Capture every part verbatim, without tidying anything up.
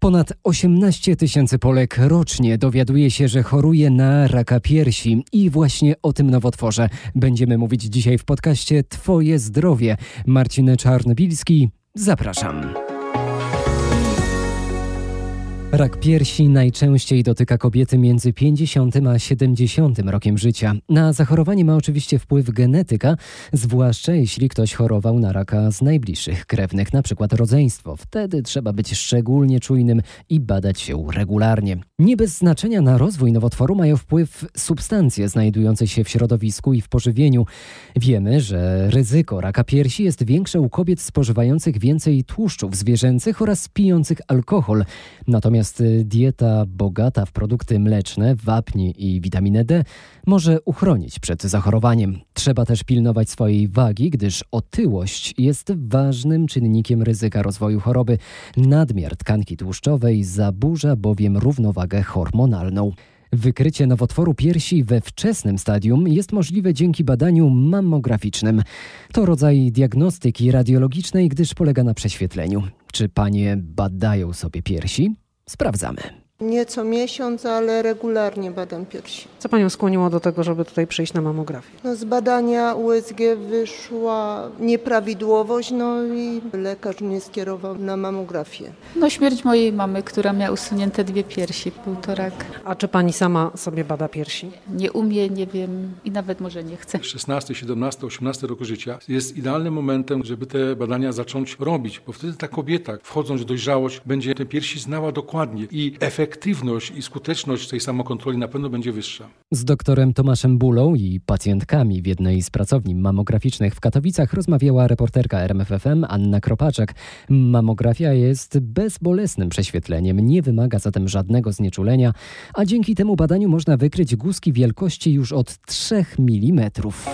Ponad osiemnaście tysięcy Polek rocznie dowiaduje się, że choruje na raka piersi. I właśnie o tym nowotworze będziemy mówić dzisiaj w podcaście Twoje zdrowie. Marcin Czarnobilski, zapraszam. Rak piersi najczęściej dotyka kobiety między pięćdziesiątym a siedemdziesiątym rokiem życia. Na zachorowanie ma oczywiście wpływ genetyka, zwłaszcza jeśli ktoś chorował na raka z najbliższych krewnych, np. rodzeństwo. Wtedy trzeba być szczególnie czujnym i badać się regularnie. Nie bez znaczenia na rozwój nowotworu mają wpływ substancje znajdujące się w środowisku i w pożywieniu. Wiemy, że ryzyko raka piersi jest większe u kobiet spożywających więcej tłuszczów zwierzęcych oraz pijących alkohol. Natomiast dieta bogata w produkty mleczne, wapń i witaminę D może uchronić przed zachorowaniem. Trzeba też pilnować swojej wagi, gdyż otyłość jest ważnym czynnikiem ryzyka rozwoju choroby. Nadmiar tkanki tłuszczowej zaburza bowiem równowagę hormonalną. Wykrycie nowotworu piersi we wczesnym stadium jest możliwe dzięki badaniu mammograficznym. To rodzaj diagnostyki radiologicznej, gdyż polega na prześwietleniu. Czy panie badają sobie piersi? Sprawdzamy. Nie co miesiąc, ale regularnie badam piersi. Co panią skłoniło do tego, żeby tutaj przyjść na mamografię? No, z badania U S G wyszła nieprawidłowość, no i lekarz mnie skierował na mamografię. No śmierć mojej mamy, która miała usunięte dwie piersi, był to rak. A czy pani sama sobie bada piersi? Nie umie, nie wiem i nawet może nie chce. szesnasty, siedemnasty, osiemnasty roku życia jest idealnym momentem, żeby te badania zacząć robić, bo wtedy ta kobieta, wchodząc w dojrzałość, będzie te piersi znała dokładnie i efektywność i skuteczność tej samokontroli na pewno będzie wyższa. Z doktorem Tomaszem Bulą i pacjentkami w jednej z pracowni mammograficznych w Katowicach rozmawiała reporterka R M F F M Anna Kropaczek. Mamografia jest bezbolesnym prześwietleniem, nie wymaga zatem żadnego znieczulenia, a dzięki temu badaniu można wykryć guzki wielkości już od trzech milimetrów.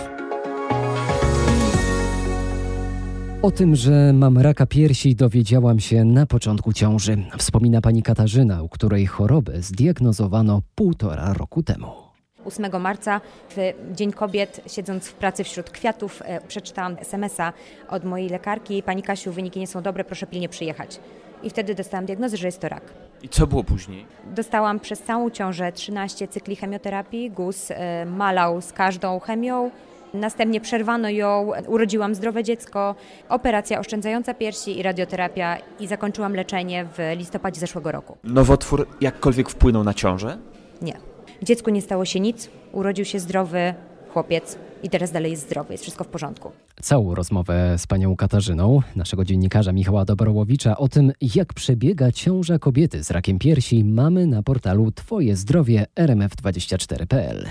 O tym, że mam raka piersi, dowiedziałam się na początku ciąży. Wspomina pani Katarzyna, u której chorobę zdiagnozowano półtora roku temu. ósmego marca, w Dzień Kobiet, siedząc w pracy wśród kwiatów, przeczytałam es em es a od mojej lekarki. Pani Kasiu, wyniki nie są dobre, proszę pilnie przyjechać. I wtedy dostałam diagnozę, że jest to rak. I co było później? Dostałam przez całą ciążę trzynaście cykli chemioterapii. Guz malał z każdą chemią. Następnie przerwano ją, urodziłam zdrowe dziecko, operacja oszczędzająca piersi i radioterapia i zakończyłam leczenie w listopadzie zeszłego roku. Nowotwór jakkolwiek wpłynął na ciążę? Nie. Dziecku nie stało się nic, urodził się zdrowy chłopiec i teraz dalej jest zdrowy, jest wszystko w porządku. Całą rozmowę z panią Katarzyną, naszego dziennikarza Michała Dobrowowicza, o tym, jak przebiega ciąża kobiety z rakiem piersi, mamy na portalu Twoje zdrowie R M F dwadzieścia cztery kropka p l.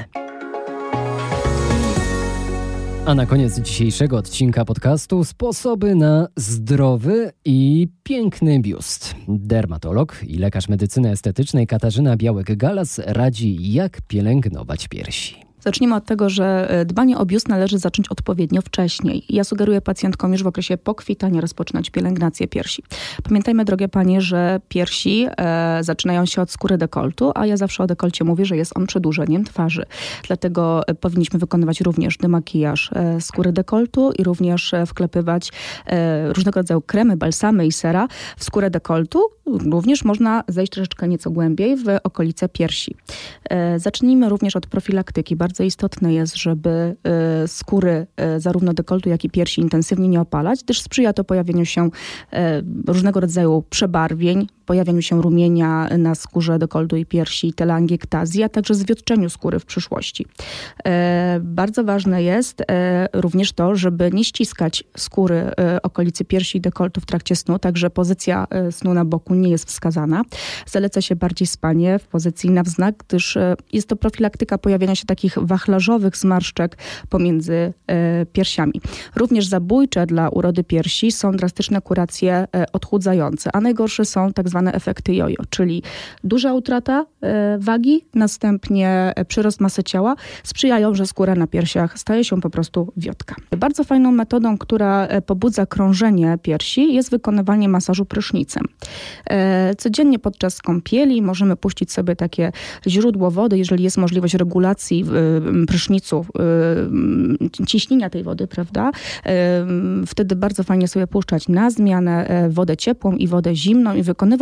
A na koniec dzisiejszego odcinka podcastu sposoby na zdrowy i piękny biust. Dermatolog i lekarz medycyny estetycznej Katarzyna Białek-Galas radzi, jak pielęgnować piersi. Zacznijmy od tego, że dbanie o biust należy zacząć odpowiednio wcześniej. Ja sugeruję pacjentkom już w okresie pokwitania rozpoczynać pielęgnację piersi. Pamiętajmy, drogie panie, że piersi e, zaczynają się od skóry dekoltu, a ja zawsze o dekolcie mówię, że jest on przedłużeniem twarzy. Dlatego powinniśmy wykonywać również demakijaż e, skóry dekoltu i również e, wklepywać e, różnego rodzaju kremy, balsamy i sera w skórę dekoltu. Również można zejść troszeczkę nieco głębiej w okolice piersi. E, zacznijmy również od profilaktyki. Bardzo istotne jest, żeby y, skóry y, zarówno dekoltu, jak i piersi intensywnie nie opalać, gdyż sprzyja to pojawieniu się y, różnego rodzaju przebarwień, pojawianiu się rumienia na skórze dekoltu i piersi, telangiektazji, a także zwiotczeniu skóry w przyszłości. E, bardzo ważne jest e, również to, żeby nie ściskać skóry e, okolicy piersi i dekoltu w trakcie snu, także pozycja e, snu na boku nie jest wskazana. Zaleca się bardziej spanie w pozycji na wznak, gdyż e, jest to profilaktyka pojawiania się takich wachlarzowych zmarszczek pomiędzy e, piersiami. Również zabójcze dla urody piersi są drastyczne kuracje e, odchudzające, a najgorsze są tak zwane efekty jojo, czyli duża utrata e, wagi, następnie przyrost masy ciała sprzyjają, że skóra na piersiach staje się po prostu wiotka. Bardzo fajną metodą, która pobudza krążenie piersi, jest wykonywanie masażu prysznicem. E, codziennie podczas kąpieli możemy puścić sobie takie źródło wody, jeżeli jest możliwość regulacji y, prysznicu, y, ciśnienia tej wody, prawda? E, wtedy bardzo fajnie sobie puszczać na zmianę wodę ciepłą i wodę zimną i wykonywać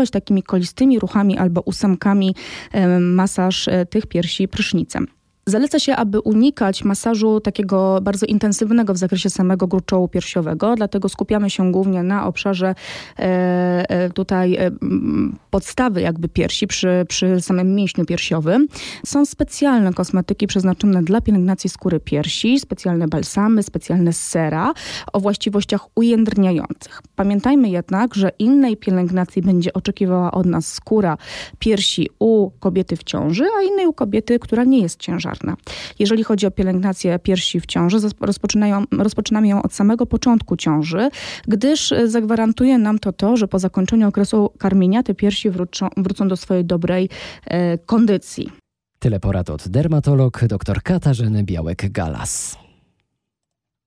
wykonywać takimi kolistymi ruchami albo ósemkami masaż tych piersi prysznicem. Zaleca się, aby unikać masażu takiego bardzo intensywnego w zakresie samego gruczołu piersiowego, dlatego skupiamy się głównie na obszarze e, tutaj e, podstawy jakby piersi przy, przy samym mięśniu piersiowym. Są specjalne kosmetyki przeznaczone dla pielęgnacji skóry piersi, specjalne balsamy, specjalne sera o właściwościach ujędrniających. Pamiętajmy jednak, że innej pielęgnacji będzie oczekiwała od nas skóra piersi u kobiety w ciąży, a innej u kobiety, która nie jest ciężarna. Jeżeli chodzi o pielęgnację piersi w ciąży, rozpoczynają, rozpoczynamy ją od samego początku ciąży, gdyż zagwarantuje nam to to, że po zakończeniu okresu karmienia te piersi wrócą, wrócą do swojej dobrej e, kondycji. Tyle porad od dermatolog dr Katarzyny Białek-Galas.